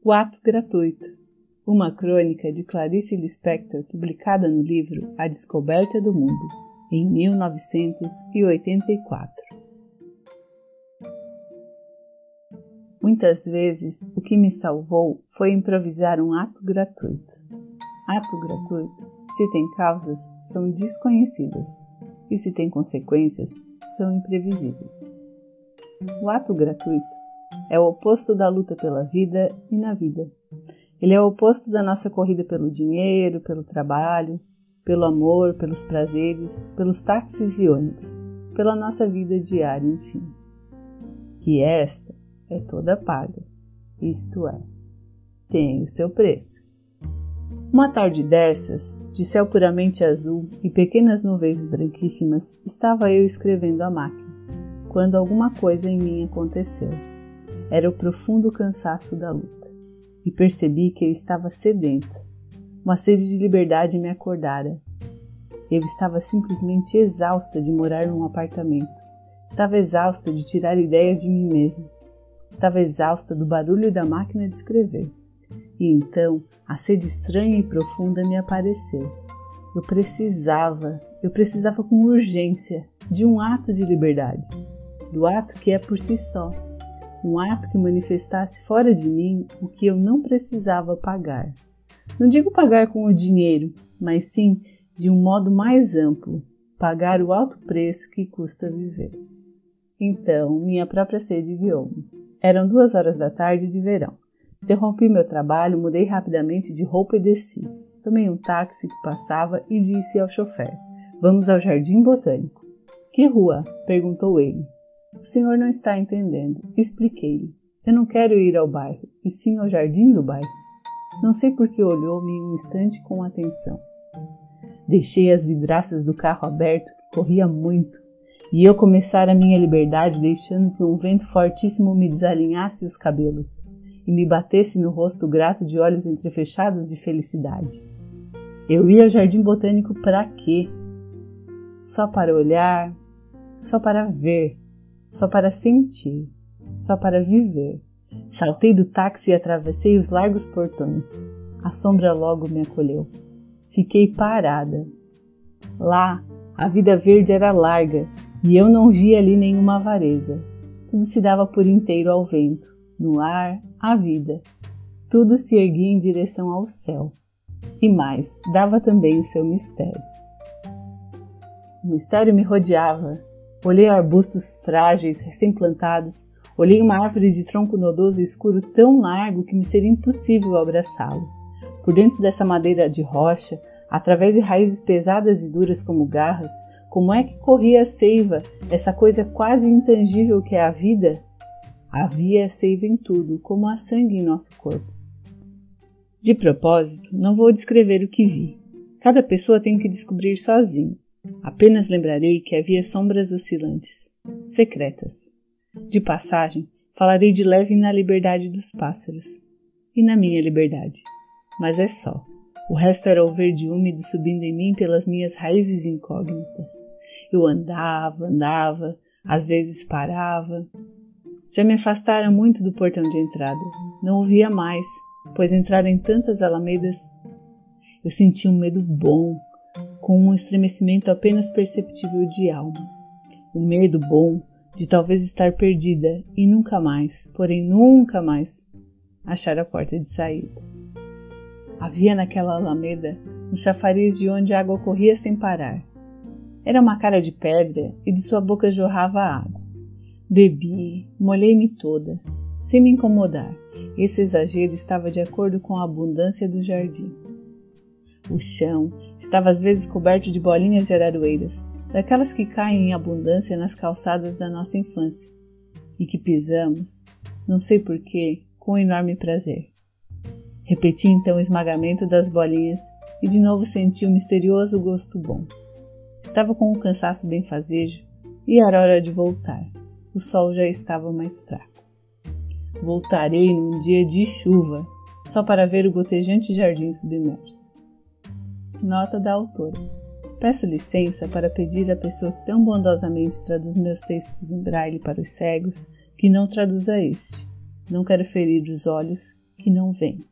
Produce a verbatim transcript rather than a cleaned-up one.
O Ato Gratuito, uma crônica de Clarice Lispector publicada no livro A Descoberta do Mundo, em mil novecentos e oitenta e quatro. Muitas vezes o que me salvou foi improvisar um ato gratuito. Ato gratuito, se tem causas, são desconhecidas, e se tem consequências, são imprevisíveis. O ato gratuito é o oposto da luta pela vida e na vida. Ele é o oposto da nossa corrida pelo dinheiro, pelo trabalho, pelo amor, pelos prazeres, pelos táxis e ônibus, pela nossa vida diária, enfim. Que esta é toda paga, isto é, tem o seu preço. Uma tarde dessas, de céu puramente azul e pequenas nuvens branquíssimas, estava eu escrevendo à máquina, quando alguma coisa em mim aconteceu. Era o profundo cansaço da luta, e percebi que eu estava sedenta. Uma sede de liberdade me acordara. Eu estava simplesmente exausta de morar num apartamento. Estava exausta de tirar ideias de mim mesma. Estava exausta do barulho da máquina de escrever. E então a sede estranha e profunda me apareceu. Eu precisava, eu precisava com urgência de um ato de liberdade, do ato que é por si só, um ato que manifestasse fora de mim o que eu não precisava pagar. Não digo pagar com o dinheiro, mas sim de um modo mais amplo, pagar o alto preço que custa viver. Então, minha própria sede guiou-me. Eram duas horas da tarde de verão. Interrompi meu trabalho, mudei rapidamente de roupa e desci. Tomei um táxi que passava e disse ao chofer: "Vamos ao Jardim Botânico." "Que rua?" perguntou ele. "O senhor não está entendendo." Expliquei-lhe. "Eu não quero ir ao bairro, e sim ao jardim do bairro." Não sei por que olhou-me um instante com atenção. Deixei as vidraças do carro aberto, que corria muito, e eu começara a minha liberdade deixando que um vento fortíssimo me desalinhasse os cabelos e me batesse no rosto grato de olhos entrefechados de felicidade. Eu ia ao Jardim Botânico para quê? Só para olhar, só para ver, só para sentir, só para viver. Saltei do táxi e atravessei os largos portões. A sombra logo me acolheu. Fiquei parada. Lá, a vida verde era larga e eu não via ali nenhuma avareza. Tudo se dava por inteiro ao vento, no ar, à vida. Tudo se erguia em direção ao céu. E mais, dava também o seu mistério. O mistério me rodeava. Olhei arbustos frágeis, recém-plantados. Olhei uma árvore de tronco nodoso e escuro tão largo que me seria impossível abraçá-lo. Por dentro dessa madeira de rocha, através de raízes pesadas e duras como garras, como é que corria a seiva, essa coisa quase intangível que é a vida? Havia seiva em tudo, como há sangue em nosso corpo. De propósito, não vou descrever o que vi. Cada pessoa tem que descobrir sozinho. Apenas lembrarei que havia sombras oscilantes, secretas. De passagem, falarei de leve na liberdade dos pássaros e na minha liberdade. Mas é só. O resto era o verde úmido subindo em mim pelas minhas raízes incógnitas. Eu andava, andava, às vezes parava. Já me afastara muito do portão de entrada. Não ouvia mais, pois entrara em tantas alamedas. Eu sentia um medo bom, com um estremecimento apenas perceptível de alma. O medo bom de talvez estar perdida e nunca mais, porém nunca mais, achar a porta de saída. Havia naquela alameda um chafariz de onde a água corria sem parar. Era uma cara de pedra e de sua boca jorrava água. Bebi, molhei-me toda, sem me incomodar. Esse exagero estava de acordo com a abundância do jardim. O chão estava às vezes coberto de bolinhas de araroeiras, daquelas que caem em abundância nas calçadas da nossa infância, e que pisamos, não sei porquê, com enorme prazer. Repeti então o esmagamento das bolinhas e de novo senti o misterioso gosto bom. Estava com um cansaço benfazejo e era hora de voltar. O sol já estava mais fraco. Voltarei num dia de chuva, só para ver o gotejante jardim submerso. Nota da autora. Peço licença para pedir à pessoa que tão bondosamente traduz meus textos em braille para os cegos que não traduza este. Não quero ferir os olhos que não vem.